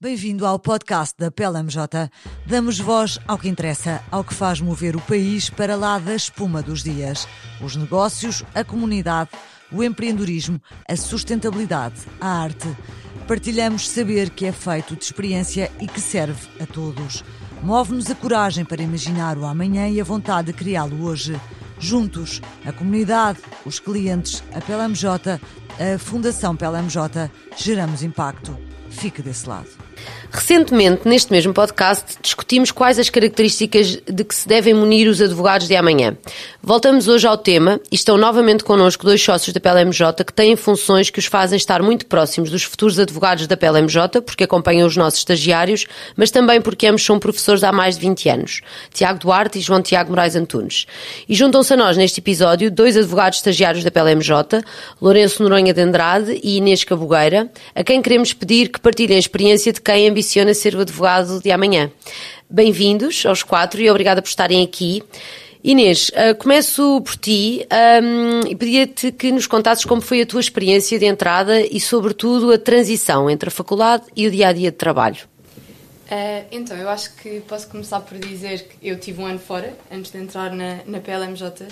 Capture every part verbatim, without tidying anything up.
Bem-vindo ao podcast da P L M J. Damos voz ao que interessa, ao que faz mover o país para lá da espuma dos dias. Os negócios, a comunidade, o empreendedorismo, a sustentabilidade, a arte. Partilhamos saber que é feito de experiência e que serve a todos. Move-nos a coragem para imaginar o amanhã e a vontade de criá-lo hoje. Juntos, a comunidade, os clientes, a P L M J, a Fundação P L M J, geramos impacto. Fique desse lado. Recentemente, neste mesmo podcast, discutimos quais as características de que se devem munir os advogados de amanhã. Voltamos hoje ao tema e estão novamente connosco dois sócios da P L M J que têm funções que os fazem estar muito próximos dos futuros advogados da P L M J, porque acompanham os nossos estagiários, mas também porque ambos são professores há mais de vinte anos, Tiago Duarte e João Tiago Moraes Antunes. E juntam-se a nós neste episódio dois advogados estagiários da P L M J, Lourenço Noronha de Andrade e Inês Cabogueira, a quem queremos pedir que partilhem a experiência de quem ambiciona ser o advogado de amanhã. Bem-vindos aos quatro e obrigada por estarem aqui. Inês, uh, começo por ti um, e pedia-te que nos contasses como foi a tua experiência de entrada e, sobretudo, a transição entre a faculdade e o dia-a-dia de trabalho. Uh, então, eu acho que posso começar por dizer que eu tive um ano fora, antes de entrar na, na P L M J,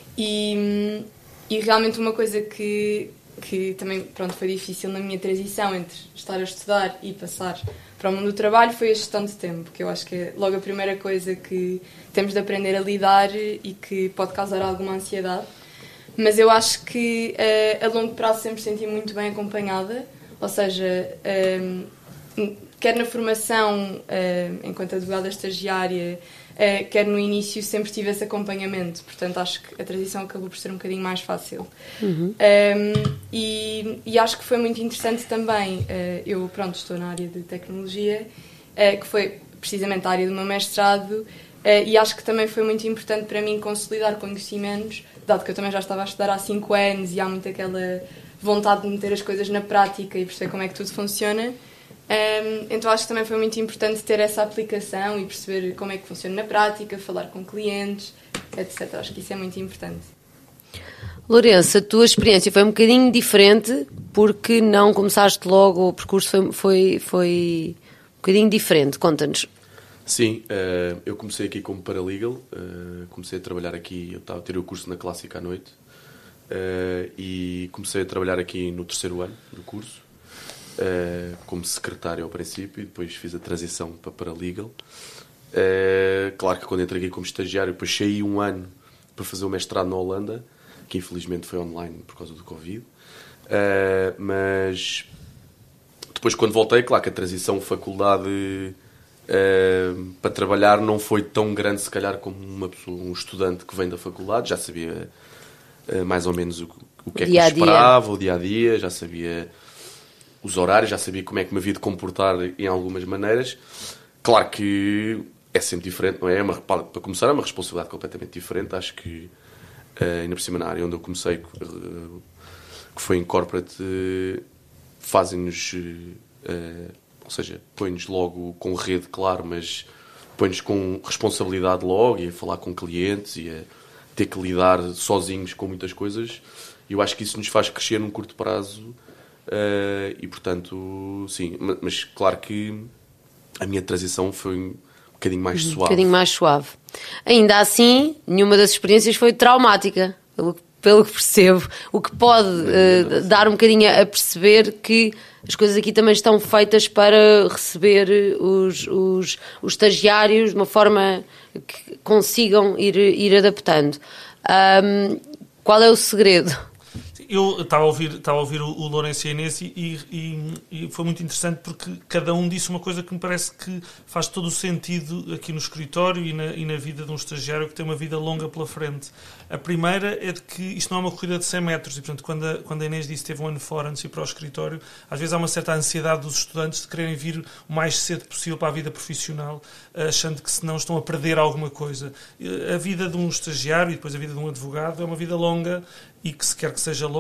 e, e realmente uma coisa que, que também pronto, foi difícil na minha transição entre estar a estudar e passar para o mundo do trabalho foi a gestão de tempo, que eu acho que é logo a primeira coisa que temos de aprender a lidar e que pode causar alguma ansiedade. Mas eu acho que uh, a longo prazo sempre senti muito bem acompanhada, ou seja, um, quer na formação uh, enquanto advogada estagiária, uh, quer no início sempre tive esse acompanhamento, portanto acho que a transição acabou por ser um bocadinho mais fácil. Uhum. Um, e, e acho que foi muito interessante também, uh, eu pronto estou na área de tecnologia, uh, que foi precisamente a área do meu mestrado, uh, e acho que também foi muito importante para mim consolidar conhecimentos, dado que eu também já estava a estudar há cinco anos e há muito aquela vontade de meter as coisas na prática e perceber como é que tudo funciona. Um, então acho que também foi muito importante ter essa aplicação e perceber como é que funciona na prática, falar com clientes, etcétera. Acho que isso é muito importante. Lourenço, a tua experiência foi um bocadinho diferente porque não começaste logo, o percurso foi, foi, foi um bocadinho diferente. Conta-nos. Sim, uh, eu comecei aqui como paralegal, uh, comecei a trabalhar aqui, eu estava a ter o curso na Clássica à noite uh, e comecei a trabalhar aqui no terceiro ano do curso. Uh, como secretário ao princípio e depois fiz a transição para paralegal. Uh, claro que quando entrei aqui como estagiário, depois saí um ano para fazer o mestrado na Holanda, que infelizmente foi online por causa do Covid. Uh, mas depois quando voltei, claro que a transição faculdade uh, para trabalhar não foi tão grande se calhar como uma pessoa, um estudante que vem da faculdade, já sabia uh, mais ou menos o, o que é que me esperava, o dia-a-dia, já sabia os horários, já sabia como é que me havia de comportar em algumas maneiras. Claro que é sempre diferente, não é? é uma, para começar, é uma responsabilidade completamente diferente. Acho que, uh, ainda por cima, na área onde eu comecei, uh, que foi em corporate, uh, fazem-nos, uh, ou seja, põem-nos logo com rede, claro, mas põem-nos com responsabilidade logo e a falar com clientes e a ter que lidar sozinhos com muitas coisas. E eu acho que isso nos faz crescer num curto prazo. Uh, e portanto, sim, mas, mas claro que a minha transição foi um bocadinho mais suave. Um bocadinho mais suave. Ainda assim, nenhuma das experiências foi traumática, pelo, pelo que percebo, o que pode uh, dar um bocadinho a perceber que as coisas aqui também estão feitas para receber os, os, os estagiários de uma forma que consigam ir, ir adaptando. Um, qual é o segredo? Eu estava a ouvir, estava a ouvir o, o Lourenço e a Inês e, e, e foi muito interessante porque cada um disse uma coisa que me parece que faz todo o sentido aqui no escritório e na, e na vida de um estagiário que tem uma vida longa pela frente. A primeira é de que isto não é uma corrida de cem metros e, portanto, quando a, quando a Inês disse que teve um ano fora antes de ir para o escritório, às vezes há uma certa ansiedade dos estudantes de quererem vir o mais cedo possível para a vida profissional, achando que senão estão a perder alguma coisa. A vida de um estagiário e depois a vida de um advogado é uma vida longa e que se quer que seja longa,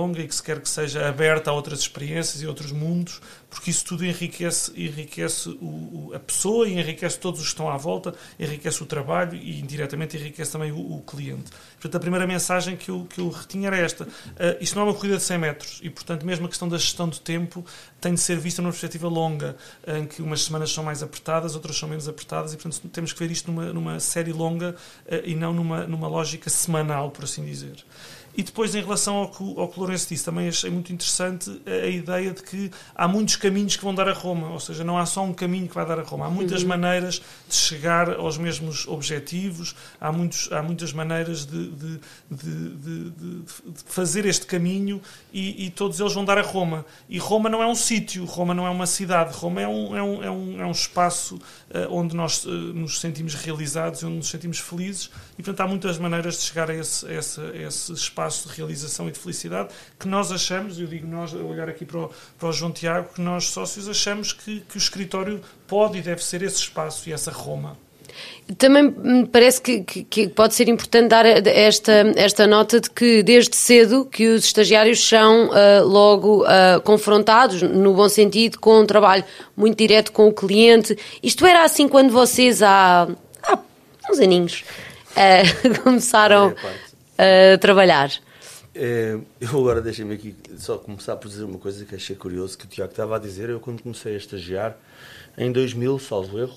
longa e que se quer que seja aberta a outras experiências e outros mundos, porque isso tudo enriquece, enriquece o, o, a pessoa e enriquece todos os que estão à volta, enriquece o trabalho e indiretamente enriquece também o, o cliente. Portanto, a primeira mensagem que eu, que eu retinha era esta. Uh, isto não é uma corrida de cem metros e, portanto, mesmo a questão da gestão do tempo tem de ser vista numa perspectiva longa, em que umas semanas são mais apertadas, outras são menos apertadas e, portanto, temos que ver isto numa, numa série longa uh, e não numa, numa lógica semanal, por assim dizer. E depois, em relação ao que, ao que o Lourenço disse, também achei muito interessante a, a ideia de que há muitos caminhos que vão dar a Roma, ou seja, não há só um caminho que vai dar a Roma, há muitas uhum. maneiras de chegar aos mesmos objetivos, há, muitos, há muitas maneiras de, de, de, de, de, de fazer este caminho e, e todos eles vão dar a Roma. E Roma não é um sítio, Roma não é uma cidade, Roma é um, é um, é um, é um espaço uh, onde nós uh, nos sentimos realizados e onde nos sentimos felizes e, portanto, há muitas maneiras de chegar a esse, a esse, a esse espaço de realização e de felicidade que nós achamos, eu digo nós, a olhar aqui para o, para o João Tiago, que nós sócios achamos que, que o escritório pode e deve ser esse espaço e essa Roma. Também me parece que, que, que pode ser importante dar esta, esta nota de que desde cedo que os estagiários são uh, logo uh, confrontados, no bom sentido, com um trabalho muito direto com o cliente. Isto era assim quando vocês há, há uns aninhos uh, começaram a trabalhar. É, eu agora deixem-me aqui só começar por dizer uma coisa que achei curioso, que o Tiago estava a dizer. Eu, quando comecei a estagiar, em dois mil, salvo erro,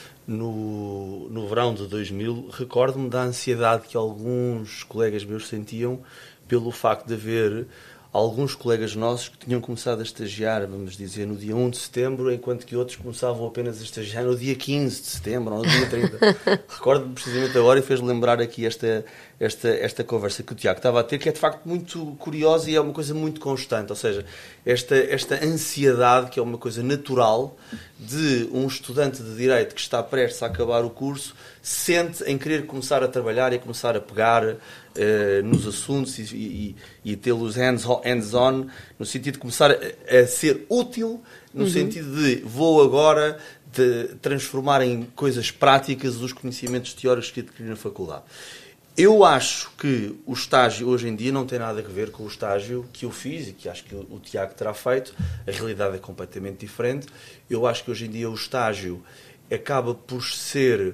no, no verão de dois mil, recordo-me da ansiedade que alguns colegas meus sentiam pelo facto de haver alguns colegas nossos que tinham começado a estagiar, vamos dizer, no dia um de setembro, enquanto que outros começavam apenas a estagiar no dia quinze de setembro ou no dia trinta. Recordo-me precisamente agora e fez lembrar aqui esta, esta, esta conversa que o Tiago estava a ter, que é de facto muito curiosa e é uma coisa muito constante. Ou seja, esta, esta ansiedade, que é uma coisa natural, de um estudante de Direito que está prestes a acabar o curso, sente em querer começar a trabalhar e começar a pegar Uh, nos assuntos e, e, e tê-los hands-on, no sentido de começar a, a ser útil, no uhum. sentido de vou agora de transformar em coisas práticas os conhecimentos teóricos que adquiri na faculdade. Eu acho que o estágio hoje em dia não tem nada a ver com o estágio que eu fiz e que acho que o, o Tiago terá feito. A realidade é completamente diferente. Eu acho que hoje em dia o estágio acaba por ser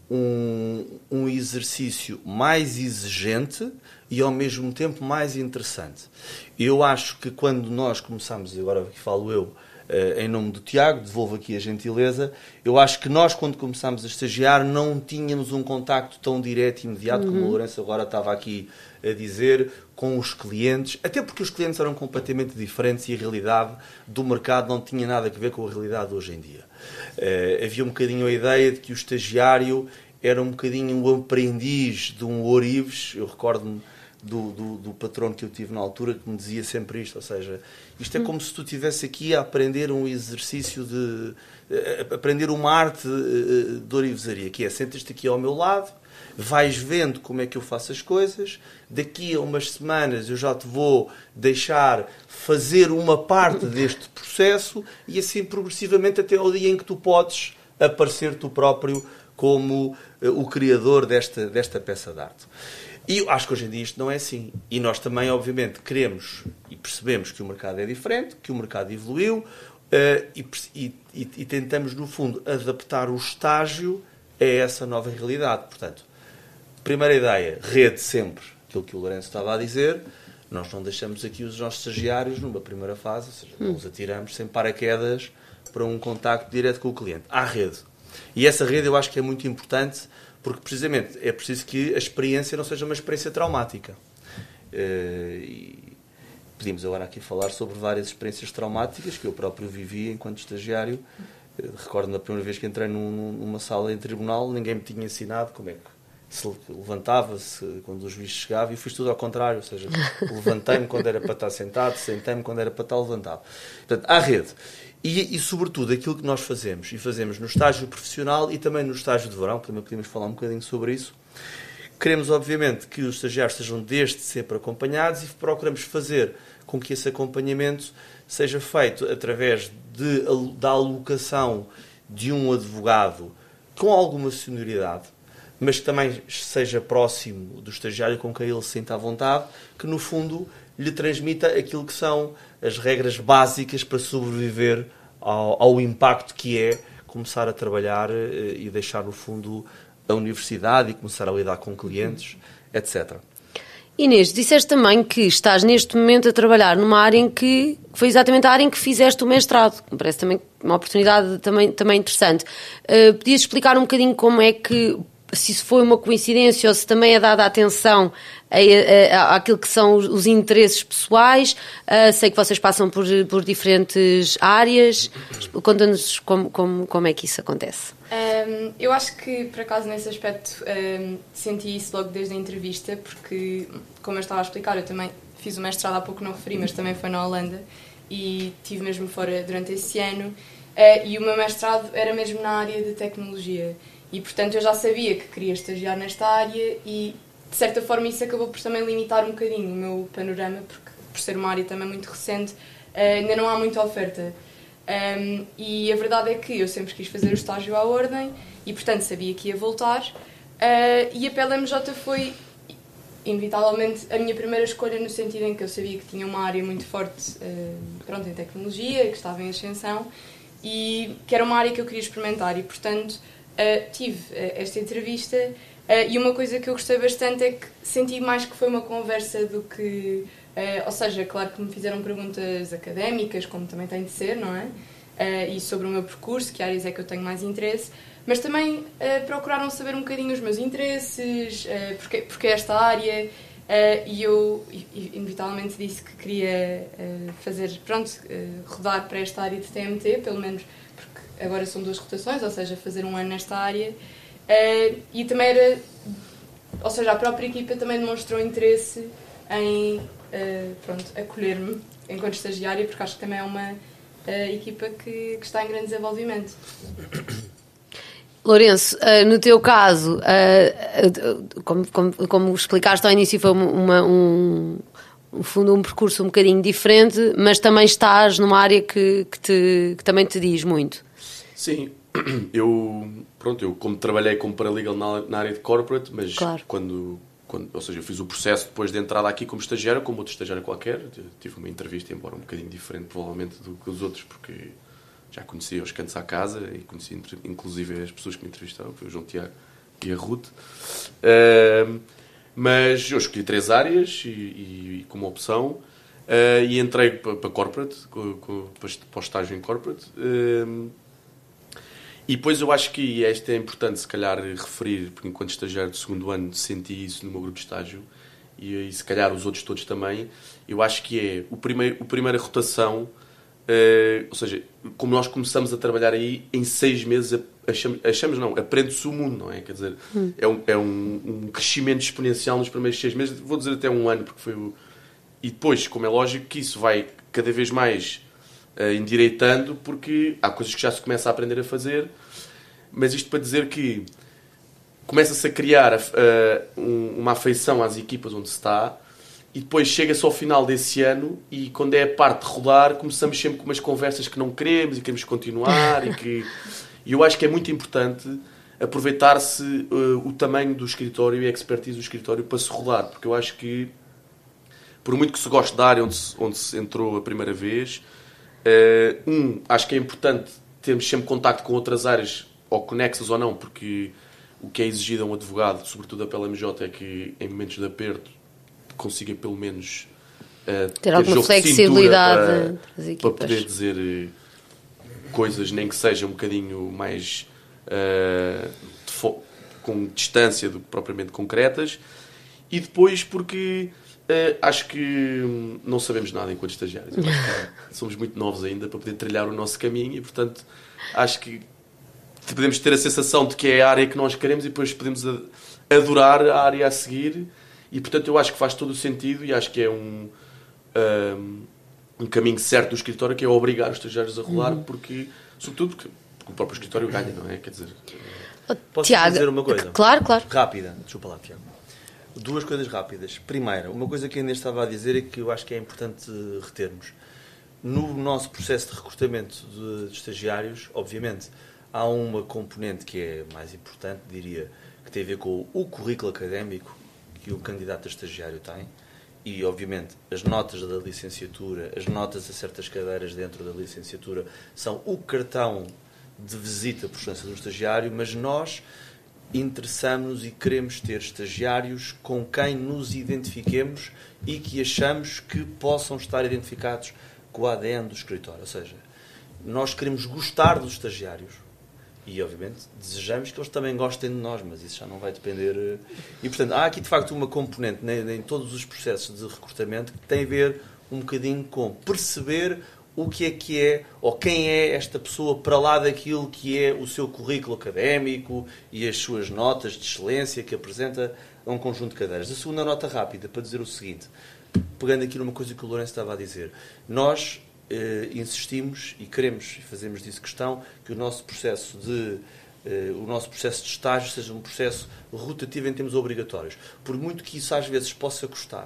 Um, um exercício mais exigente e ao mesmo tempo mais interessante. Eu acho que quando nós começamos, agora aqui falo eu, uh, em nome do Tiago, devolvo aqui a gentileza, eu acho que nós quando começámos a estagiar não tínhamos um contacto tão direto e imediato, uhum. como o Lourenço agora estava aqui a dizer, com os clientes, até porque os clientes eram completamente diferentes e a realidade do mercado não tinha nada a ver com a realidade hoje em dia. Uh, havia um bocadinho a ideia de que o estagiário era um bocadinho o aprendiz de um ourives. Eu recordo-me do, do, do patrono que eu tive na altura que me dizia sempre isto, ou seja, isto é como se tu estivesse aqui a aprender um exercício de... A aprender uma arte de ourivesaria, que é, sentas-te aqui ao meu lado, vais vendo como é que eu faço as coisas, daqui a umas semanas eu já te vou deixar fazer uma parte deste processo e assim progressivamente até ao dia em que tu podes aparecer tu próprio como uh, o criador desta, desta peça de arte. E eu acho que hoje em dia isto não é assim. E nós também, obviamente, queremos e percebemos que o mercado é diferente, que o mercado evoluiu uh, e, e, e tentamos, no fundo, adaptar o estágio a essa nova realidade. Portanto, primeira ideia, rede sempre, aquilo que o Lourenço estava a dizer. Nós não deixamos aqui os nossos estagiários numa primeira fase, ou seja, não os atiramos sem paraquedas para um contacto direto com o cliente. Há rede. E essa rede eu acho que é muito importante porque, precisamente, é preciso que a experiência não seja uma experiência traumática. E pedimos agora aqui falar sobre várias experiências traumáticas que eu próprio vivi enquanto estagiário. Recordo na primeira vez que entrei num, numa sala em tribunal, ninguém me tinha ensinado como é que se levantava-se quando o juiz chegava e fiz tudo ao contrário, ou seja, levantei-me quando era para estar sentado, sentei-me quando era para estar levantado. Portanto, há rede. E, e, sobretudo, aquilo que nós fazemos, e fazemos no estágio profissional e também no estágio de verão, também podemos falar um bocadinho sobre isso, queremos, obviamente, que os estagiários sejam desde sempre acompanhados e procuramos fazer com que esse acompanhamento seja feito através de, da alocação de um advogado com alguma senioridade, mas que também seja próximo do estagiário com quem ele se sente à vontade, que no fundo lhe transmita aquilo que são as regras básicas para sobreviver ao, ao impacto que é começar a trabalhar e deixar no fundo a universidade e começar a lidar com clientes, etcétera. Inês, disseste também que estás neste momento a trabalhar numa área em que foi exatamente a área em que fizeste o mestrado, que me parece também uma oportunidade também, também interessante. Uh, podias explicar um bocadinho como é que, se isso foi uma coincidência ou se também é dada atenção a, a, a, àquilo que são os, os interesses pessoais? Uh, sei que vocês passam por, por diferentes áreas. Conta-nos como, como, como é que isso acontece. Um, eu acho que, por acaso, nesse aspecto, um, senti isso logo desde a entrevista, porque, como eu estava a explicar, eu também fiz o mestrado, há pouco não referi, mas também foi na Holanda, e estive mesmo fora durante esse ano, uh, e o meu mestrado era mesmo na área de tecnologia, e, portanto, eu já sabia que queria estagiar nesta área, e, de certa forma, isso acabou por também limitar um bocadinho o meu panorama, porque, por ser uma área também muito recente, uh, ainda não há muita oferta. Um, e a verdade é que eu sempre quis fazer o estágio à ordem e, portanto, sabia que ia voltar, uh, e a P L M J foi inevitavelmente a minha primeira escolha, no sentido em que eu sabia que tinha uma área muito forte uh, pronto, em tecnologia, que estava em ascensão e que era uma área que eu queria experimentar, e, portanto, uh, tive uh, esta entrevista, uh, e uma coisa que eu gostei bastante é que senti mais que foi uma conversa do que... Uh, ou seja, claro que me fizeram perguntas académicas, como também tem de ser, não é? Uh, e sobre o meu percurso, que áreas é que eu tenho mais interesse, mas também uh, procuraram saber um bocadinho os meus interesses, uh, porque, porque esta área, uh, e eu inevitavelmente disse que queria uh, fazer, pronto, uh, rodar para esta área de T M T, pelo menos, porque agora são duas rotações, ou seja, fazer um ano nesta área, uh, e também era, ou seja, a própria equipa também demonstrou interesse em uh, pronto, acolher-me enquanto estagiária, porque acho que também é uma uh, equipa que, que está em grande desenvolvimento. Lourenço, uh, no teu caso, uh, uh, como, como, como explicaste ao início, foi uma, um, um, fundo, um percurso um bocadinho diferente, mas também estás numa área que, que, te, que também te diz muito. Sim, eu, pronto, eu como trabalhei como paralegal na, na área de corporate, mas claro. quando... Quando, ou seja, eu fiz o processo depois de entrada aqui como estagiário, como outro estagiário qualquer. Tive uma entrevista, embora um bocadinho diferente, provavelmente, do que os outros, porque já conhecia os cantos à casa e conhecia, inclusive, as pessoas que me entrevistaram, que foi o João Tiago e a Ruth. Uh, mas eu escolhi três áreas e, e, e como opção, uh, e entrei para, para corporate, com, com, para o estágio em corporate. Uh, E depois eu acho que, e isto é importante se calhar referir, porque enquanto estagiário de segundo ano senti isso no meu grupo de estágio, e, e se calhar os outros todos também, eu acho que é o primeiro, a primeira rotação, uh, ou seja, como nós começamos a trabalhar aí, em seis meses achamos, achamos não, aprende-se o mundo, não é? Quer dizer, hum. é, um, é um, um crescimento exponencial nos primeiros seis meses, vou dizer até um ano, porque foi o... E depois, como é lógico, que isso vai cada vez mais... Uh, endireitando, porque há coisas que já se começa a aprender a fazer, mas isto para dizer que começa-se a criar uh, um, uma afeição às equipas onde se está, e depois chega-se ao final desse ano e quando é a parte de rodar começamos sempre com umas conversas que não queremos e queremos continuar e que e eu acho que é muito importante aproveitar-se uh, o tamanho do escritório e a expertise do escritório para se rodar, porque eu acho que por muito que se goste da área onde se, onde se entrou a primeira vez, Uh, um, acho que é importante termos sempre contacto com outras áreas, ou conexas ou não, porque o que é exigido a um advogado, sobretudo a P L M J, é que em momentos de aperto consiga pelo menos uh, ter, ter alguma flexibilidade para, para poder dizer uh, coisas, nem que seja um bocadinho mais uh, fo- com distância do que propriamente concretas. E depois porque Uh, acho que não sabemos nada enquanto estagiários. Somos muito novos ainda para poder trilhar o nosso caminho e, portanto, acho que podemos ter a sensação de que é a área que nós queremos e depois podemos adorar a área a seguir. E, portanto, eu acho que faz todo o sentido e acho que é um, um, um caminho certo do escritório, que é obrigar os estagiários a rolar, uhum. porque, sobretudo porque, porque o próprio escritório ganha, não é? Quer dizer... Posso Tiago, dizer uma coisa? Claro, claro. Rápida. Desculpa lá, Tiago. Duas coisas rápidas. Primeira, uma coisa que ainda estava a dizer e que eu acho que é importante retermos. No nosso processo de recrutamento de, de estagiários, obviamente, há uma componente que é mais importante, diria, que tem a ver com o currículo académico que o candidato a estagiário tem e, obviamente, as notas da licenciatura, as notas a certas cadeiras dentro da licenciatura são o cartão de visita por excelência do estagiário, mas nós interessamos e queremos ter estagiários com quem nos identifiquemos e que achamos que possam estar identificados com o A D N do escritório. Ou seja, nós queremos gostar dos estagiários e, obviamente, desejamos que eles também gostem de nós, mas isso já não vai depender. E, portanto, há aqui, de facto, uma componente em todos os processos de recrutamento que tem a ver um bocadinho com perceber o que é que é, ou quem é esta pessoa para lá daquilo que é o seu currículo académico e as suas notas de excelência que apresenta a um conjunto de cadeiras. A segunda nota rápida, para dizer o seguinte, pegando aqui numa coisa que o Lourenço estava a dizer, nós eh, insistimos e queremos, e fazemos disso questão, que o nosso processo de eh, o nosso processo de estágio seja um processo rotativo em termos obrigatórios. Por muito que isso às vezes possa custar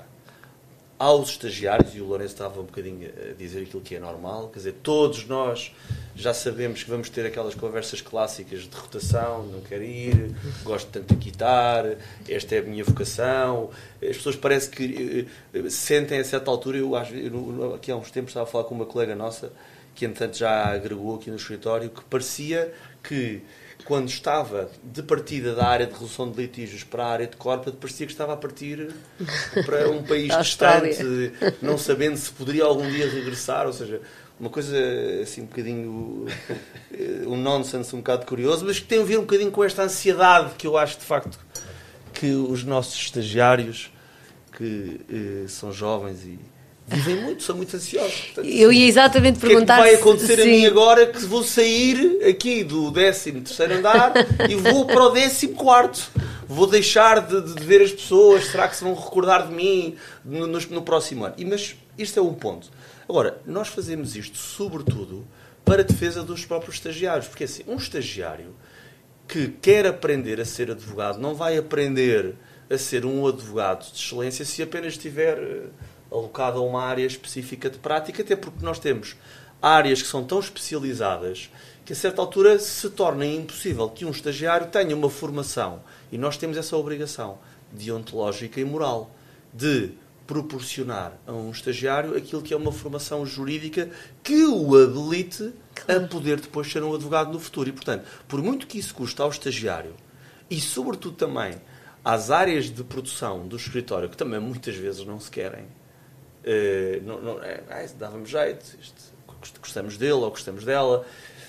aos estagiários, e o Lourenço estava um bocadinho a dizer aquilo que é normal, quer dizer, todos nós já sabemos que vamos ter aquelas conversas clássicas de rotação, não quero ir, gosto tanto de quitar, esta é a minha vocação. As pessoas parece que uh, sentem a certa altura, eu, eu aqui há uns tempos estava a falar com uma colega nossa, que entretanto já agregou aqui no escritório, que parecia que quando estava de partida da área de resolução de litígios para a área de corporate, parecia que estava a partir para um país distante, não sabendo se poderia algum dia regressar, ou seja, uma coisa assim um bocadinho, um nonsense um bocado curioso, mas que tem a ver um bocadinho com esta ansiedade que eu acho de facto que os nossos estagiários, que eh, são jovens e vivem muito, são muito ansiosos. Portanto, eu ia exatamente perguntar... O que é que vai acontecer se, a mim agora que vou sair aqui do décimo terceiro andar e vou para o décimo quarto? Vou deixar de, de ver as pessoas? Será que se vão recordar de mim no, no, no próximo ano? E, mas isto é um ponto. Agora, nós fazemos isto sobretudo para a defesa dos próprios estagiários. Porque assim, um estagiário que quer aprender a ser advogado não vai aprender a ser um advogado de excelência se apenas estiver alocado a uma área específica de prática, até porque nós temos áreas que são tão especializadas que a certa altura se torna impossível que um estagiário tenha uma formação, e nós temos essa obrigação deontológica e moral de proporcionar a um estagiário aquilo que é uma formação jurídica que o habilite a poder depois ser um advogado no futuro. E, portanto, por muito que isso custe ao estagiário e, sobretudo, também às áreas de produção do escritório, que também muitas vezes não se querem, Uh, não, não, é, é, dava-me jeito, isto, gostamos dele ou gostamos dela,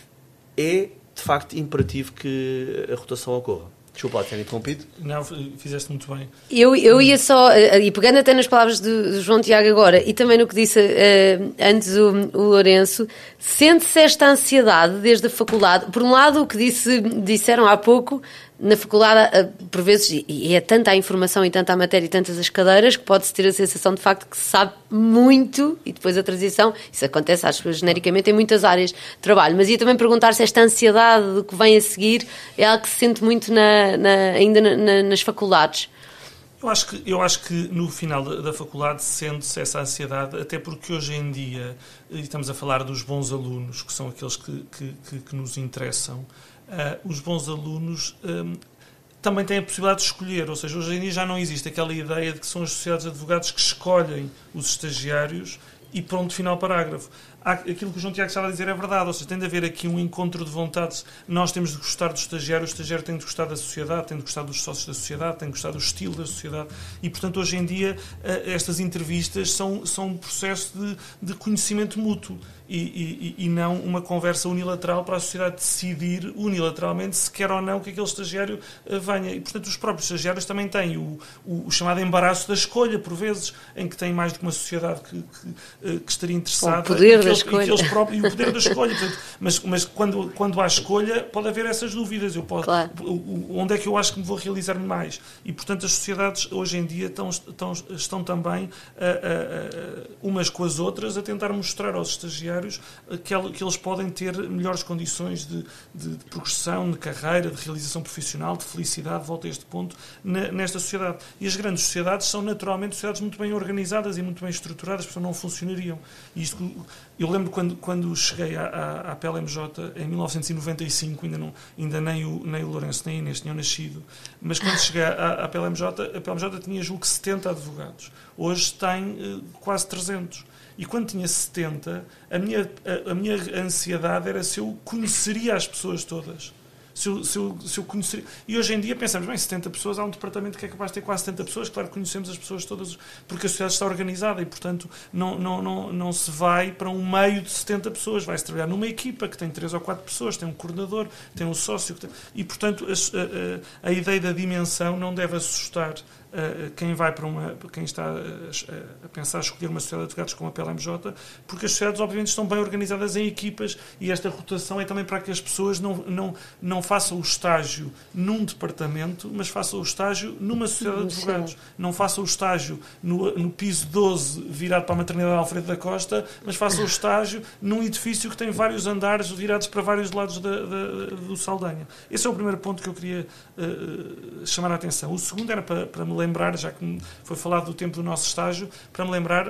é de facto imperativo que a rotação ocorra. Desculpa lá, ter interrompido. Não, fizeste muito bem. Eu, eu ia só, e pegando até nas palavras do, do João Tiago agora, e também no que disse uh, antes o, o Lourenço, sente-se esta ansiedade desde a faculdade? Por um lado, o que disse, disseram há pouco, na faculdade, por vezes, e é tanta a informação e tanta a matéria e tantas as cadeiras, que pode-se ter a sensação de facto que se sabe muito, e depois a transição, isso acontece, acho que genericamente, em muitas áreas de trabalho. Mas ia também perguntar se esta ansiedade do que vem a seguir é algo que se sente muito na, na, ainda na, na, nas faculdades. Eu acho que, eu acho que no final da, da faculdade sente-se essa ansiedade, até porque hoje em dia, e estamos a falar dos bons alunos, que são aqueles que, que, que, que nos interessam, Uh, os bons alunos um, também têm a possibilidade de escolher, ou seja, hoje em dia já não existe aquela ideia de que são as sociedades de advogados que escolhem os estagiários e pronto, final parágrafo. Há, aquilo que o João Tiago estava a dizer é verdade, ou seja, tem de haver aqui um encontro de vontades. Nós temos de gostar do estagiário, o estagiário tem de gostar da sociedade, tem de gostar dos sócios da sociedade, tem de gostar do estilo da sociedade e, portanto, hoje em dia estas entrevistas são, são um processo de, de conhecimento mútuo e, e, e não uma conversa unilateral para a sociedade decidir unilateralmente se quer ou não que aquele estagiário venha. E, portanto, os próprios estagiários também têm o, o, o chamado embaraço da escolha, por vezes, em que tem mais do que uma sociedade que, que, que estaria interessada. O poder da eles, escolha. E, eles próprios, e o poder da escolha. Portanto, mas mas quando, quando há escolha, pode haver essas dúvidas. Eu posso, claro. Onde é que eu acho que me vou realizar mais? E, portanto, as sociedades hoje em dia estão, estão, estão também a, a, a, umas com as outras a tentar mostrar aos estagiários que, que eles podem ter melhores condições de, de, de progressão, de carreira, de realização profissional, de felicidade, volto a este ponto, na, nesta sociedade. E as grandes sociedades são naturalmente sociedades muito bem organizadas e muito bem estruturadas, porque não funcionariam. E isto, eu eu lembro quando, quando cheguei à, à, à P L M J em mil novecentos e noventa e cinco, ainda, não, ainda nem, o, nem o Lourenço nem a Inês tinham nascido, mas quando cheguei à, à P L M J, a P L M J tinha, julgo, setenta advogados. Hoje tem uh, quase trezentos. E quando tinha setenta, a minha, a, a minha ansiedade era se eu conheceria as pessoas todas. Se eu, se, eu, se eu conhecer... E hoje em dia pensamos, bem, setenta pessoas, há um departamento que é capaz de ter quase setenta pessoas, claro que conhecemos as pessoas todas, porque a sociedade está organizada e, portanto, não, não, não, não se vai para um meio de setenta pessoas, vai-se trabalhar numa equipa que tem três ou quatro pessoas, tem um coordenador, tem um sócio, que tem... e, portanto, a, a, a ideia da dimensão não deve assustar uh, quem vai para uma, quem está a, a pensar escolher uma sociedade de advogados como a P L M J, porque as sociedades, obviamente, estão bem organizadas em equipas e esta rotação é também para que as pessoas não, não, não façam o estágio num departamento, mas façam o estágio numa sociedade de advogados. Não façam o estágio no, no piso doze virado para a maternidade Alfredo da Costa, mas façam o estágio num edifício que tem vários andares virados para vários lados da, da, do Saldanha. Esse é o primeiro ponto que eu queria uh, chamar a atenção. O segundo era para, para me lembrar, já que foi falado do tempo do nosso estágio, para me lembrar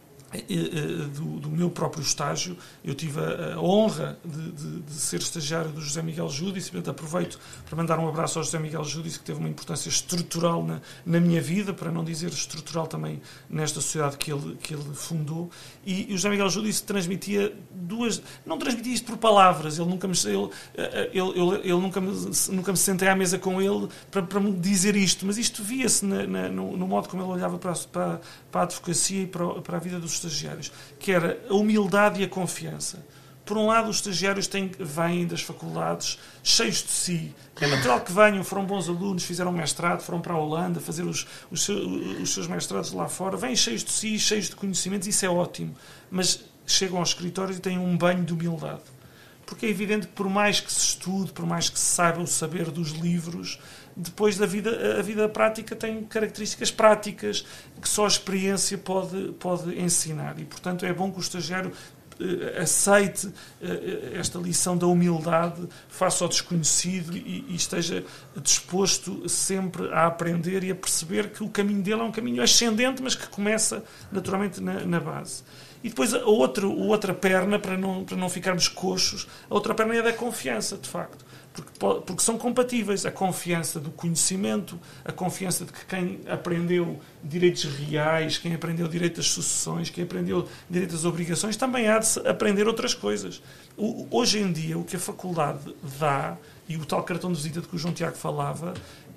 Do, do meu próprio estágio. Eu tive a, a honra de, de, de ser estagiário do José Miguel Júdice, portanto aproveito para mandar um abraço ao José Miguel Júdice, que teve uma importância estrutural na, na minha vida, para não dizer estrutural também nesta sociedade que ele, que ele fundou, e, e o José Miguel Júdice transmitia duas, não transmitia isto por palavras, ele nunca me, ele, ele, ele, ele nunca, me, nunca me sentei à mesa com ele para, para me dizer isto, mas isto via-se na, na, no, no modo como ele olhava para, para, para a advocacia e para, para a vida dos estagiários, que era a humildade e a confiança. Por um lado, os estagiários têm, vêm das faculdades cheios de si. É natural que venham, foram bons alunos, fizeram mestrado, foram para a Holanda fazer os, os, seus, os seus mestrados lá fora. Vêm cheios de si, cheios de conhecimentos, isso é ótimo. Mas chegam aos escritórios e têm um banho de humildade. Porque é evidente que por mais que se estude, por mais que se saiba o saber dos livros, depois da vida, a vida prática tem características práticas que só a experiência pode, pode ensinar. E, portanto, é bom que o estagiário eh, aceite eh, esta lição da humildade face ao desconhecido e, e esteja disposto sempre a aprender e a perceber que o caminho dele é um caminho ascendente, mas que começa naturalmente na, na base. E depois a outra, a outra perna, para não, para não ficarmos coxos, a outra perna é da confiança, de facto. Porque, porque são compatíveis. A confiança do conhecimento, a confiança de que quem aprendeu direitos reais, quem aprendeu direito das sucessões, quem aprendeu direito das obrigações, também há de aprender outras coisas. O, hoje em dia, o que a faculdade dá, e o tal cartão de visita de que o João Tiago falava,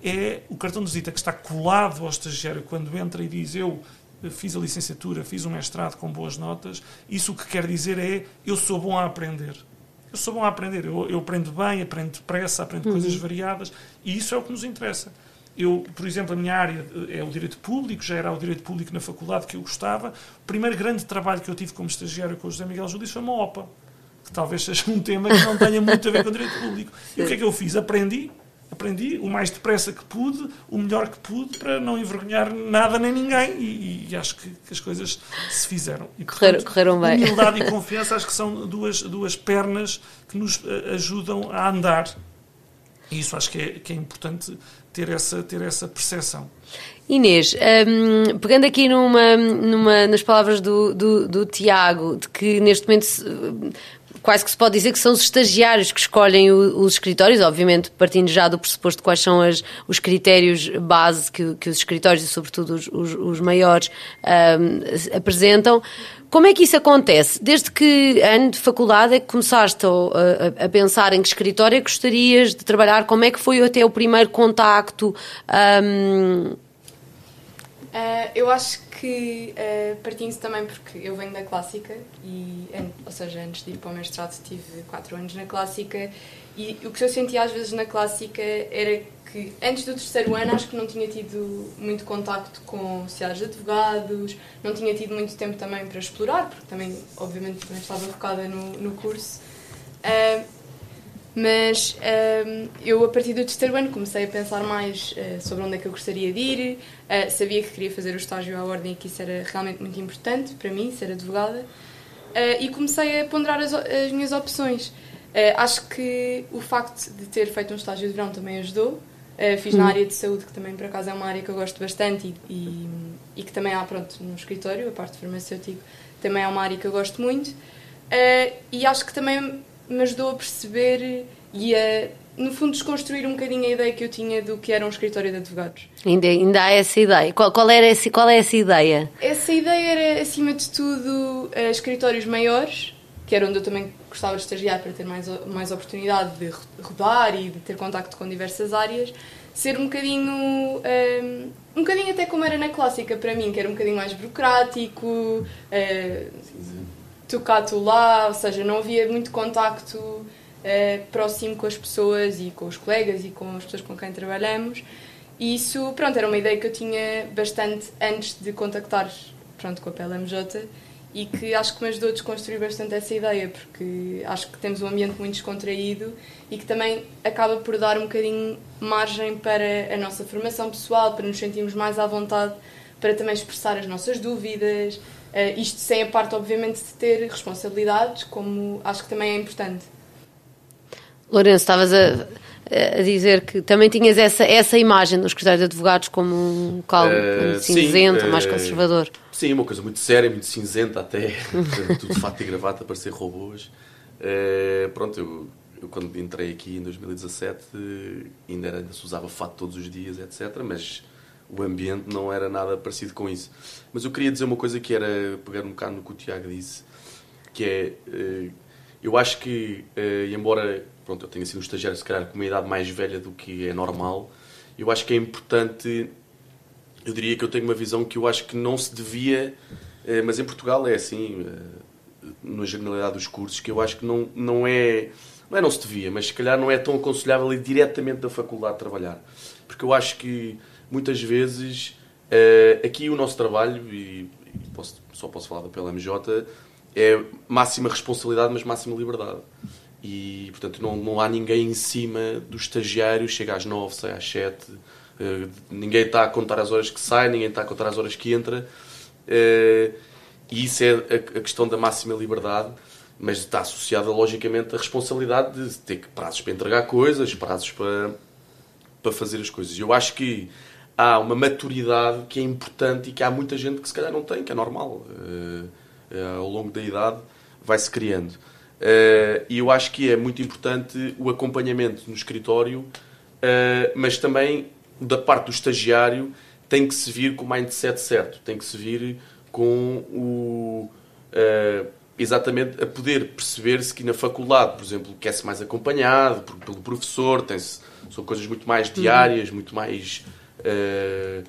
é o cartão de visita que está colado ao estagiário quando entra e diz: eu fiz a licenciatura, fiz um mestrado com boas notas. Isso o que quer dizer é: eu sou bom a aprender. Eu sou bom a aprender. Eu, eu aprendo bem, aprendo depressa, aprendo uhum. coisas variadas. E isso é o que nos interessa. Eu, por exemplo, a minha área é o direito público, já era o direito público na faculdade que eu gostava. O primeiro grande trabalho que eu tive como estagiário com o José Miguel Júdice foi uma O P A, que talvez seja um tema que não tenha muito a ver com o direito público. E o que é que eu fiz? Aprendi. Aprendi o mais depressa que pude, o melhor que pude, para não envergonhar nada nem ninguém, e, e acho que, que as coisas se fizeram. E, portanto, correram bem. Humildade e confiança acho que são duas, duas pernas que nos ajudam a andar, e isso acho que é, que é importante ter essa, ter essa percepção. Inês, um, pegando aqui numa, numa, nas palavras do, do, do Tiago, de que neste momento quase que se pode dizer que são os estagiários que escolhem o, os escritórios, obviamente partindo já do pressuposto de quais são as, os critérios base que, que os escritórios e sobretudo os, os, os maiores um, apresentam. Como é que isso acontece? Desde que ano de faculdade é que começaste a, a, a pensar em que escritório é que gostarias de trabalhar? Como é que foi até o primeiro contacto? Um... Uh, eu acho que uh, partindo também porque eu venho da clássica, e, ou seja, antes de ir para o mestrado tive quatro anos na clássica, e o que eu sentia às vezes na clássica era que antes do terceiro ano acho que não tinha tido muito contacto com sociedades de advogados, não tinha tido muito tempo também para explorar, porque também, obviamente, também estava focada no, no curso. Uh, Mas um, eu, a partir do terceiro ano, comecei a pensar mais uh, sobre onde é que eu gostaria de ir. Uh, sabia que queria fazer o estágio à ordem e que isso era realmente muito importante para mim, ser advogada. Uh, e comecei a ponderar as, as minhas opções. Uh, acho que o facto de ter feito um estágio de verão também ajudou. Uh, fiz na área de saúde, que também, por acaso, é uma área que eu gosto bastante e, e, e que também há, pronto, no escritório, a parte farmacêutica, também é uma área que eu gosto muito. uh, e acho que também me ajudou a perceber e a, no fundo, desconstruir um bocadinho a ideia que eu tinha do que era um escritório de advogados. Ainda, ainda há essa ideia. Qual, qual, era esse, qual é essa ideia? Essa ideia era, acima de tudo, uh, escritórios maiores, que era onde eu também gostava de estagiar para ter mais, mais oportunidade de rodar e de ter contacto com diversas áreas, ser um bocadinho, um, um bocadinho até como era na clássica para mim, que era um bocadinho mais burocrático, uh, tu cá, tu lá, ou seja, não havia muito contacto uh, próximo com as pessoas e com os colegas e com as pessoas com quem trabalhamos. E isso, pronto, era uma ideia que eu tinha bastante antes de contactar, pronto, com a P L M J, e que acho que me ajudou a desconstruir bastante essa ideia, porque acho que temos um ambiente muito descontraído e que também acaba por dar um bocadinho margem para a nossa formação pessoal, para nos sentirmos mais à vontade, para também expressar as nossas dúvidas, uh, isto sem a parte, obviamente, de ter responsabilidades, como acho que também é importante. Lourenço, estavas a, a dizer que também tinhas essa, essa imagem dos escritórios de advogados como um local uh, cinzento, sim, mais uh, conservador. Sim, uma coisa muito séria, muito cinzenta até, tudo de fato e gravata para ser robôs. Uh, pronto, eu, eu quando entrei aqui em dois mil e dezassete ainda, era, ainda se usava fato todos os dias, etcétera, mas o ambiente não era nada parecido com isso. Mas eu queria dizer uma coisa que era, pegar um bocado no que o Tiago disse, que é, uh, eu acho que, uh, embora pronto, eu tenha sido um estagiário se calhar com uma idade mais velha do que é normal, eu acho que é importante... Eu diria que eu tenho uma visão que eu acho que não se devia, mas em Portugal é assim, na generalidade dos cursos, que eu acho que não, não é, não é não se devia, mas se calhar não é tão aconselhável ir diretamente da faculdade trabalhar. Porque eu acho que muitas vezes aqui o nosso trabalho, e posso, só posso falar da P L M J, é máxima responsabilidade, mas máxima liberdade. E, portanto, não, não há ninguém em cima do estagiário, chega às nove, sai às sete... Uh, ninguém está a contar as horas que sai, ninguém está a contar as horas que entra, uh, e isso é a, a questão da máxima liberdade, mas está associada logicamente à responsabilidade de ter prazos para entregar coisas, prazos para, para fazer as coisas. Eu acho que há uma maturidade que é importante e que há muita gente que se calhar não tem, que é normal, uh, uh, ao longo da idade vai-se criando. Uh, e eu acho que é muito importante o acompanhamento no escritório, uh, mas também da parte do estagiário tem que se vir com o mindset certo, tem que se vir com o uh, exatamente a poder perceber-se que na faculdade, por exemplo, quer-se mais acompanhado por, pelo professor, tem-se, são coisas muito mais diárias, uhum. muito mais uh,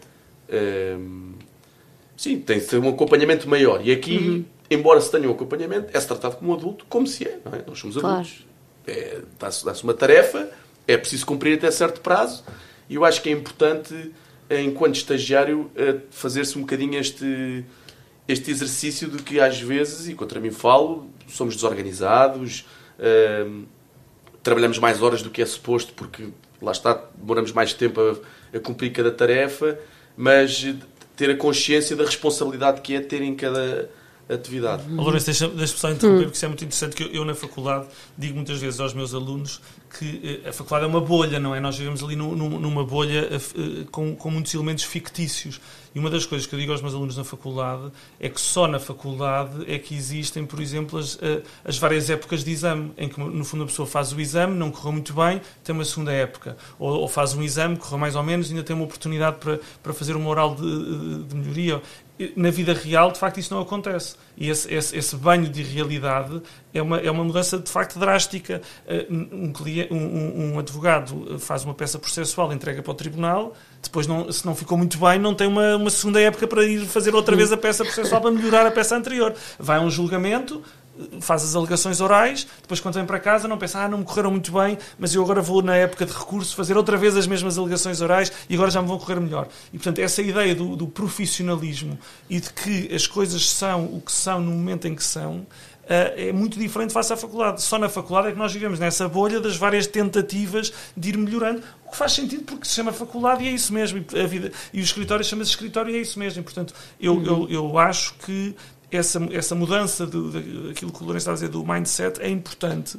uh, sim, tem-se um acompanhamento maior, e aqui, uhum. embora se tenha um acompanhamento, é-se tratado como um adulto, como se é, não é? Nós somos adultos, claro. é, dá-se, dá-se uma tarefa, é preciso cumprir até certo prazo. E eu acho que é importante, enquanto estagiário, fazer-se um bocadinho este, este exercício de que, às vezes, e contra mim falo, somos desorganizados, uh, trabalhamos mais horas do que é suposto, porque, lá está, demoramos mais tempo a, a cumprir cada tarefa, mas ter a consciência da responsabilidade que é ter em cada atividade. Oh, Lourenço, deixa-me deixa só interromper, porque isso é muito interessante, que eu, eu na faculdade digo muitas vezes aos meus alunos que a faculdade é uma bolha, não é? Nós vivemos ali no, no, numa bolha uh, com, com muitos elementos fictícios. E uma das coisas que eu digo aos meus alunos na faculdade é que só na faculdade é que existem, por exemplo, as, uh, as várias épocas de exame, em que, no fundo, a pessoa faz o exame, não correu muito bem, tem uma segunda época. Ou, ou faz um exame, correu mais ou menos, ainda tem uma oportunidade para, para fazer uma oral de, de melhoria. Na vida real, de facto, isso não acontece. E esse, esse, esse banho de realidade é uma, é uma mudança, de facto, drástica. Um, cliente, um, um advogado faz uma peça processual, entrega para o tribunal, depois, não, se não ficou muito bem, não tem uma, uma segunda época para ir fazer outra vez a peça processual para melhorar a peça anterior. Vai a um julgamento, faz as alegações orais, depois quando vem para casa não pensa, ah, não me correram muito bem, mas eu agora vou na época de recurso fazer outra vez as mesmas alegações orais e agora já me vão correr melhor. E portanto essa ideia do, do profissionalismo e de que as coisas são o que são no momento em que são, é muito diferente face à faculdade. Só na faculdade é que nós vivemos nessa bolha das várias tentativas de ir melhorando, o que faz sentido porque se chama faculdade e é isso mesmo, e, a vida, e o escritório chama-se escritório e é isso mesmo. E, portanto, eu, uhum. eu, eu acho que essa, essa mudança de, de, daquilo que o Lourenço está a dizer do mindset é importante,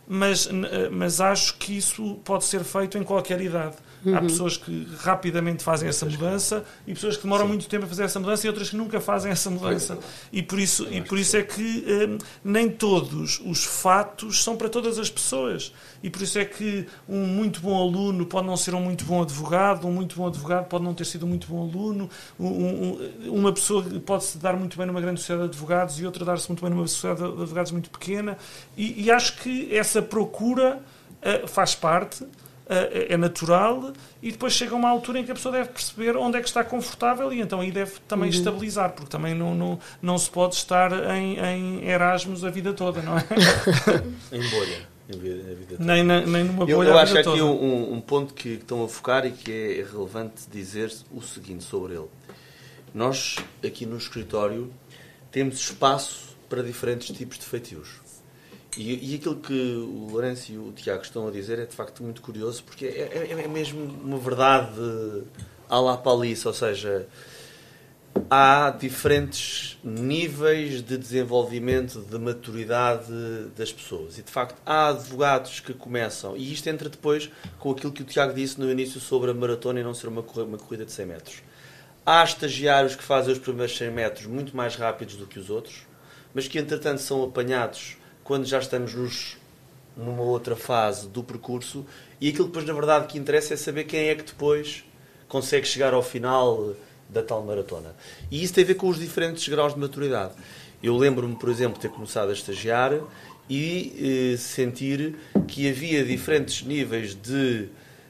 mas, mas acho que isso pode ser feito em qualquer idade. Uhum. Há pessoas que rapidamente fazem essa mudança e pessoas que demoram Sim. muito tempo a fazer essa mudança e outras que nunca fazem essa mudança. E por isso, e por isso é que hum, nem todos os fatos são para todas as pessoas. E por isso é que um muito bom aluno pode não ser um muito bom advogado, um muito bom advogado pode não ter sido um muito bom aluno, um, um, uma pessoa pode se dar muito bem numa grande sociedade de advogados e outra dar-se muito bem numa sociedade de advogados muito pequena. E, e acho que essa procura uh, faz parte, é natural, e depois chega uma altura em que a pessoa deve perceber onde é que está confortável e então aí deve também uhum. estabilizar, porque também não, não, não se pode estar em, em Erasmus a vida toda, não é? Em bolha. Em vida, a vida toda. Nem, na, nem numa bolha. Eu, eu a acho vida aqui toda. um, um ponto que estão a focar e que é relevante dizer o seguinte sobre ele. Nós, aqui no escritório, temos espaço para diferentes tipos de feitios. E, e aquilo que o Lourenço e o Tiago estão a dizer é de facto muito curioso, porque é, é, é mesmo uma verdade à la paliça, ou seja, há diferentes níveis de desenvolvimento, de maturidade das pessoas. E de facto há advogados que começam, e isto entra depois com aquilo que o Tiago disse no início sobre a maratona e não ser uma corrida, uma corrida de cem metros. Há estagiários que fazem os primeiros cem metros muito mais rápidos do que os outros, mas que entretanto são apanhados quando já estamos nos, numa outra fase do percurso, e aquilo que depois, na verdade, que interessa é saber quem é que depois consegue chegar ao final da tal maratona. E isso tem a ver com os diferentes graus de maturidade. Eu lembro-me, por exemplo, de ter começado a estagiar e eh, sentir que havia diferentes níveis de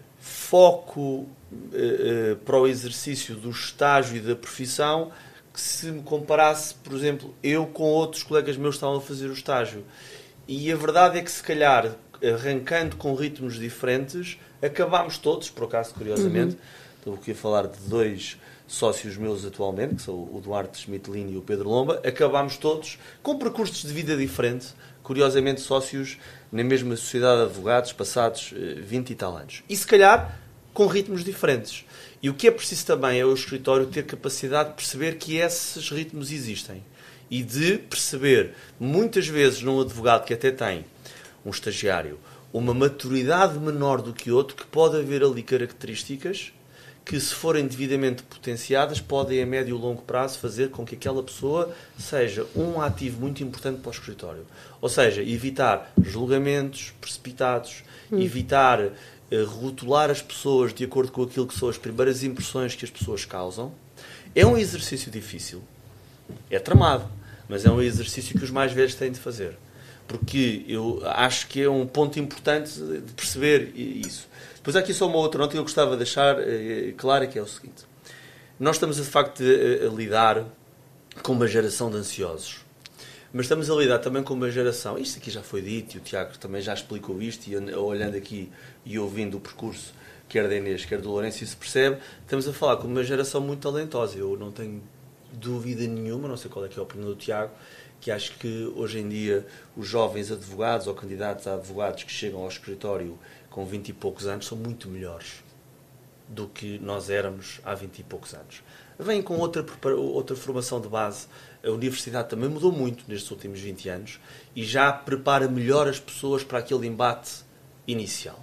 foco eh, para o exercício do estágio e da profissão, que se me comparasse, por exemplo, eu com outros colegas meus que estavam a fazer o estágio. E a verdade é que, se calhar, arrancando com ritmos diferentes, acabámos todos, por acaso, curiosamente, uhum. estou aqui a falar de dois sócios meus atualmente, que são o Duarte Schmidlin e o Pedro Lomba, acabámos todos com percursos de vida diferentes, curiosamente sócios na mesma sociedade de advogados, passados vinte e tal anos. E, se calhar, com ritmos diferentes. E o que é preciso também é o escritório ter capacidade de perceber que esses ritmos existem. E de perceber, muitas vezes, num advogado que até tem um estagiário, uma maturidade menor do que outro, que pode haver ali características que, se forem devidamente potenciadas, podem, a médio e longo prazo, fazer com que aquela pessoa seja um ativo muito importante para o escritório. Ou seja, evitar julgamentos precipitados, hum. evitar rotular as pessoas de acordo com aquilo que são as primeiras impressões que as pessoas causam. É um exercício difícil, é tramado, mas é um exercício que os mais velhos têm de fazer, porque eu acho que é um ponto importante de perceber isso. Depois há aqui só uma outra nota que eu gostava de deixar clara, que é o seguinte: nós estamos de facto a, a lidar com uma geração de ansiosos, mas estamos a lidar também com uma geração, isto aqui já foi dito, e o Tiago também já explicou isto, e olhando aqui e ouvindo o percurso, quer da Inês, quer do Lourenço, isso se percebe, estamos a falar com uma geração muito talentosa. Eu não tenho dúvida nenhuma, não sei qual é que é a opinião do Tiago, que acho que hoje em dia os jovens advogados ou candidatos a advogados que chegam ao escritório com vinte e poucos anos são muito melhores do que nós éramos há vinte e poucos anos. Vêm com outra, outra formação de base. A universidade também mudou muito nestes últimos vinte anos e já prepara melhor as pessoas para aquele embate inicial.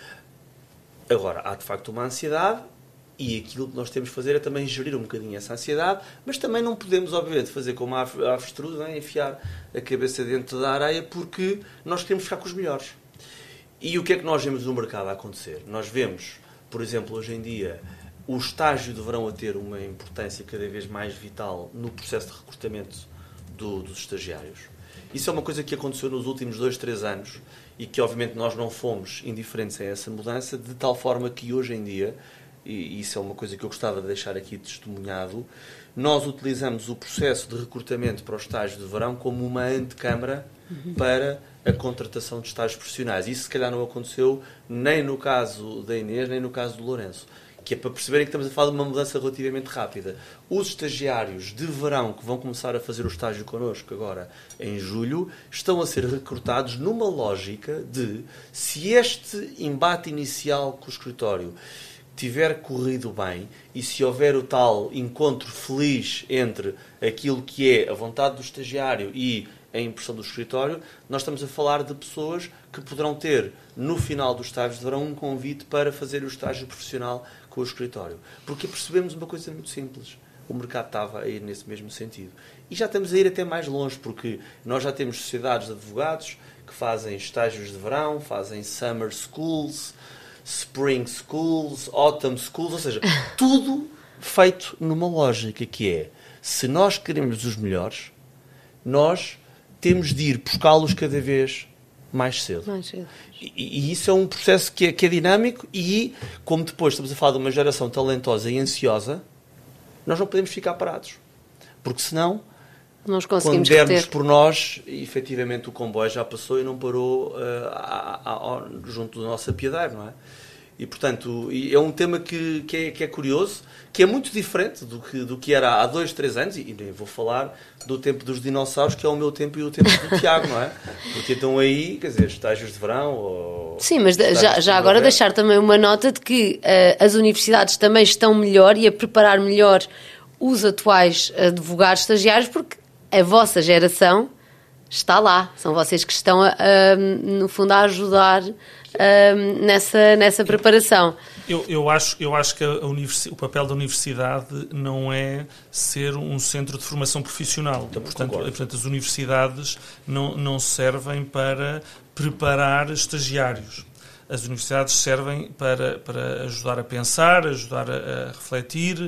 Agora, há de facto uma ansiedade, e aquilo que nós temos de fazer é também gerir um bocadinho essa ansiedade, mas também não podemos, obviamente, fazer como a avestruz, é? Enfiar a cabeça dentro da areia, porque nós queremos ficar com os melhores. E o que é que nós vemos no mercado a acontecer? Nós vemos, por exemplo, hoje em dia, o estágio de verão a ter uma importância cada vez mais vital no processo de recrutamento do, dos estagiários. Isso é uma coisa que aconteceu nos últimos dois, três anos e que, obviamente, nós não fomos indiferentes a essa mudança, de tal forma que, hoje em dia, e isso é uma coisa que eu gostava de deixar aqui testemunhado, nós utilizamos o processo de recrutamento para o estágio de verão como uma antecâmara uhum. para a contratação de estágios profissionais. Isso, se calhar, não aconteceu nem no caso da Inês, nem no caso do Lourenço. Que é para perceberem que estamos a falar de uma mudança relativamente rápida. Os estagiários de verão que vão começar a fazer o estágio connosco agora em julho estão a ser recrutados numa lógica de, se este embate inicial com o escritório tiver corrido bem e se houver o tal encontro feliz entre aquilo que é a vontade do estagiário e a impressão do escritório, nós estamos a falar de pessoas que poderão ter, no final dos estágios de verão, um convite para fazer o estágio profissional com o escritório. Porque percebemos uma coisa muito simples. O mercado estava a ir nesse mesmo sentido. E já estamos a ir até mais longe, porque nós já temos sociedades de advogados que fazem estágios de verão, fazem summer schools, spring schools, autumn schools, ou seja, tudo feito numa lógica que é, se nós queremos os melhores, nós temos de ir buscá-los cada vez mais cedo. Mais cedo. E, e isso é um processo que é, que é dinâmico e, como depois estamos a falar de uma geração talentosa e ansiosa, nós não podemos ficar parados. Porque senão, nós quando dermos reter. por nós, efetivamente o comboio já passou e não parou uh, a, a, a, junto do nosso apiadeiro, não é? E, portanto, é um tema que, que, é, que é curioso, que é muito diferente do que, do que era há dois, três anos, e nem vou falar do tempo dos dinossauros, que é o meu tempo e o tempo do Tiago, não é? Porque estão aí, quer dizer, estágios de verão ou... Sim, mas já, já agora deixar também uma nota de que uh, as universidades também estão melhor e a preparar melhor os atuais advogados estagiários, porque a vossa geração está lá. São vocês que estão, a, a, no fundo, a ajudar a, nessa, nessa preparação. Eu, eu, acho, eu acho que a universi- o papel da universidade não é ser um centro de formação profissional. Então, portanto, concordo. portanto, as universidades não, não servem para preparar estagiários. As universidades servem para, para ajudar a pensar, ajudar a, a refletir,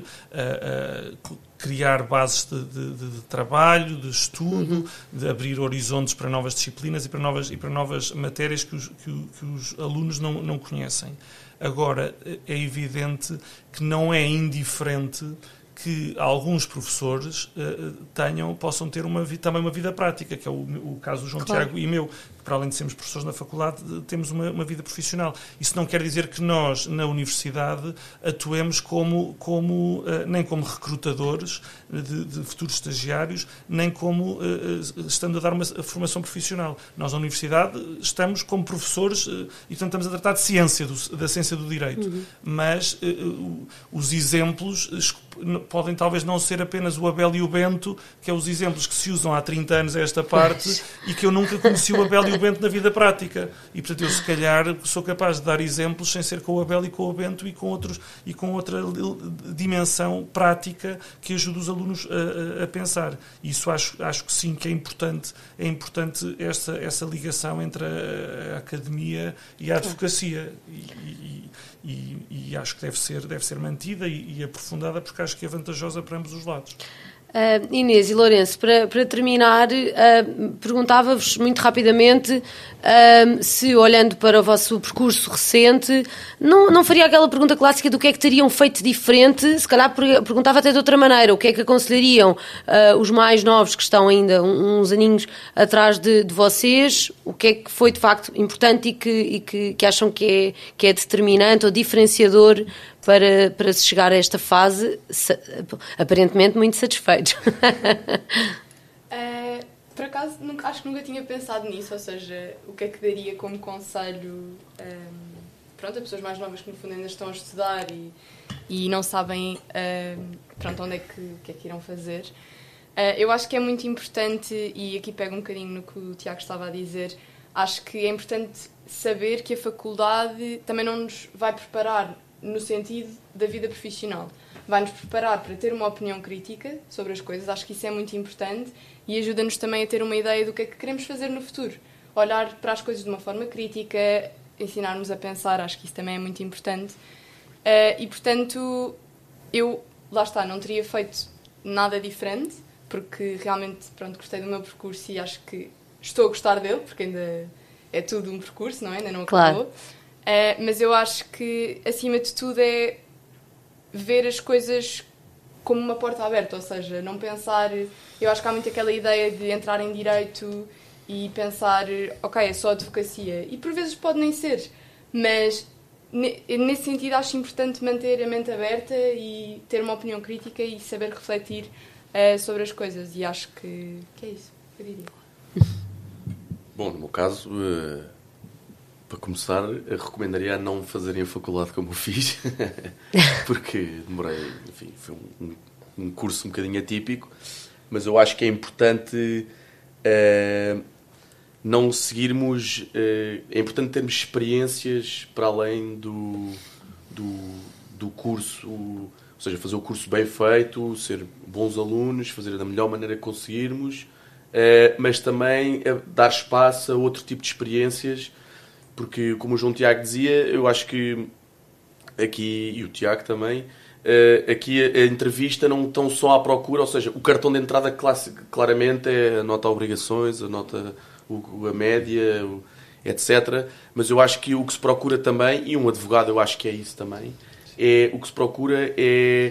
a, a criar bases de, de, de trabalho, de estudo, uhum. de abrir horizontes para novas disciplinas e para novas, e para novas matérias que os, que, que os alunos não, não conhecem. Agora, é evidente que não é indiferente que alguns professores uh, tenham, possam ter uma, também uma vida prática, que é o, o caso do João claro. Tiago e meu, que para além de sermos professores na faculdade, temos uma, uma vida profissional. Isso não quer dizer que nós, na universidade, atuemos como, como, uh, nem como recrutadores de, de futuros estagiários, nem como uh, estando a dar uma formação profissional. Nós, na universidade, estamos como professores uh, e, portanto, estamos a tratar de ciência, do, da ciência do direito. Uhum. Mas uh, os exemplos podem talvez não ser apenas o Abel e o Bento, que é os exemplos que se usam há trinta anos a esta parte e que eu nunca conheci o Abel e o Bento na vida prática. E, portanto, eu se calhar sou capaz de dar exemplos sem ser com o Abel e com o Bento e com, outros, e com outra dimensão prática que ajuda os alunos a, a, a pensar. E isso acho, acho que sim, que é importante, é importante essa, essa ligação entre a, a academia e a advocacia. E, e, e, e acho que deve ser, deve ser mantida e, e aprofundada, porque acho que é vantajosa para ambos os lados. Uh, Inês e Lourenço, para, para terminar, uh, perguntava-vos muito rapidamente uh, se, olhando para o vosso percurso recente, não, não faria aquela pergunta clássica do que é que teriam feito diferente. Se calhar perguntava até de outra maneira, o que é que aconselhariam uh, os mais novos que estão ainda uns aninhos atrás de, de vocês, o que é que foi de facto importante e que, e que, que acham que é, que é determinante ou diferenciador para, para se chegar a esta fase, aparentemente muito satisfeitos. uh, por acaso, nunca, acho que nunca tinha pensado nisso, ou seja, o que é que daria como conselho um, pronto, a pessoas mais novas que no fundo ainda estão a estudar e, e não sabem um, pronto, onde é que, que é que irão fazer. Uh, eu acho que é muito importante, e aqui pego um bocadinho no que o Tiago estava a dizer, acho que é importante saber que a faculdade também não nos vai preparar no sentido da vida profissional. Vai-nos preparar para ter uma opinião crítica sobre as coisas, acho que isso é muito importante e ajuda-nos também a ter uma ideia do que é que queremos fazer no futuro. Olhar para as coisas de uma forma crítica, ensinar-nos a pensar, acho que isso também é muito importante. Uh, e, portanto, eu, lá está, não teria feito nada diferente, porque realmente, pronto, gostei do meu percurso e acho que estou a gostar dele, porque ainda é tudo um percurso, não é? Ainda não acabou. Claro. Uh, mas eu acho que, acima de tudo, é ver as coisas como uma porta aberta, ou seja, não pensar... Eu acho que há muito aquela ideia de entrar em direito e pensar, ok, é só advocacia. E por vezes pode nem ser, mas nesse sentido acho importante manter a mente aberta e ter uma opinião crítica e saber refletir uh, sobre as coisas. E acho que, que é isso, eu diria. Bom, no meu caso... Uh... Para começar, recomendaria a não fazerem a faculdade como eu fiz, porque demorei, enfim, foi um, um curso um bocadinho atípico, mas eu acho que é importante uh, não seguirmos... Uh, é importante termos experiências para além do, do, do curso, ou seja, fazer o curso bem feito, ser bons alunos, fazer da melhor maneira que conseguirmos, uh, mas também uh, dar espaço a outro tipo de experiências, porque, como o João Tiago dizia, eu acho que aqui, e o Tiago também, uh, aqui a, a entrevista não estão só à procura, ou seja, o cartão de entrada clássico, claramente é a nota obrigações, a nota, o, a média, o, etcétera. Mas eu acho que o que se procura também, e um advogado eu acho que é isso também, é, o que se procura é,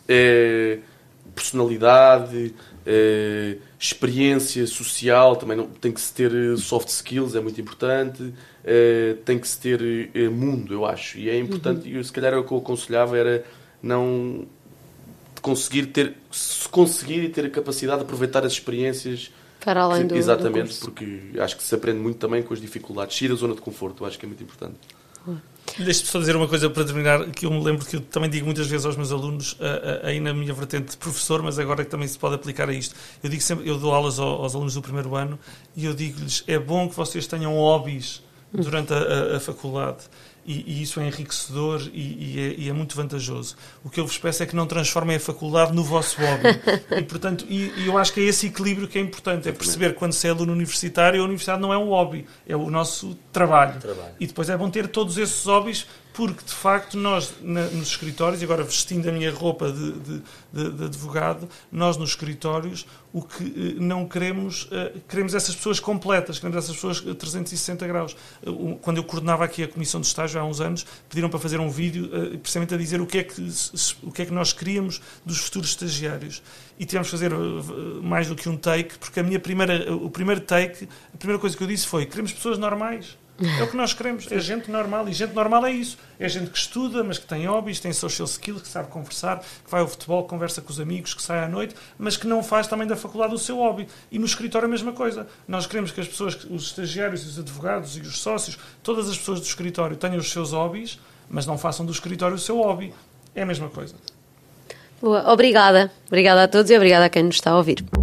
é personalidade, é, experiência social, também não, tem que se ter soft skills, é muito importante, é, tem que se ter é, mundo, eu acho. E é importante, uhum. e se calhar o que eu aconselhava era não conseguir ter, se conseguir e ter a capacidade de aproveitar as experiências para além que, do, exatamente, do curso. Porque acho que se aprende muito também com as dificuldades, sair da zona de conforto, eu acho que é muito importante. Deixe-me só dizer uma coisa para terminar, que eu me lembro que eu também digo muitas vezes aos meus alunos, aí na minha vertente de professor, mas agora que também se pode aplicar a isto. Eu digo sempre, eu dou aulas aos alunos do primeiro ano e eu digo-lhes, é bom que vocês tenham hobbies durante a, a, a faculdade. E, e isso é enriquecedor e, e, é, e é muito vantajoso. O que eu vos peço é que não transformem a faculdade no vosso hobby. E, portanto, e, e eu acho que é esse equilíbrio que é importante. É perceber que quando se é aluno universitário, a universidade não é um hobby, é o nosso trabalho. trabalho. E depois é bom ter todos esses hobbies, porque, de facto, nós, na, nos escritórios, e agora vestindo a minha roupa de, de, de, de advogado, nós nos escritórios, o que não queremos, uh, queremos essas pessoas completas, queremos essas pessoas trezentos e sessenta graus. Uh, quando eu coordenava aqui a comissão de estágio há uns anos, pediram para fazer um vídeo uh, precisamente a dizer o que, é que, o que é que nós queríamos dos futuros estagiários. E tivemos que fazer uh, mais do que um take, porque a minha primeira, o primeiro take, a primeira coisa que eu disse foi, queremos pessoas normais. É o que nós queremos, é gente normal, e gente normal é isso, é gente que estuda, mas que tem hobbies, tem social skills, que sabe conversar, que vai ao futebol, que conversa com os amigos, que sai à noite, mas que não faz também da faculdade o seu hobby. E no escritório a mesma coisa, nós queremos que as pessoas, os estagiários, os advogados e os sócios, todas as pessoas do escritório tenham os seus hobbies, mas não façam do escritório o seu hobby, é a mesma coisa. Boa, obrigada, obrigada a todos e obrigada a quem nos está a ouvir.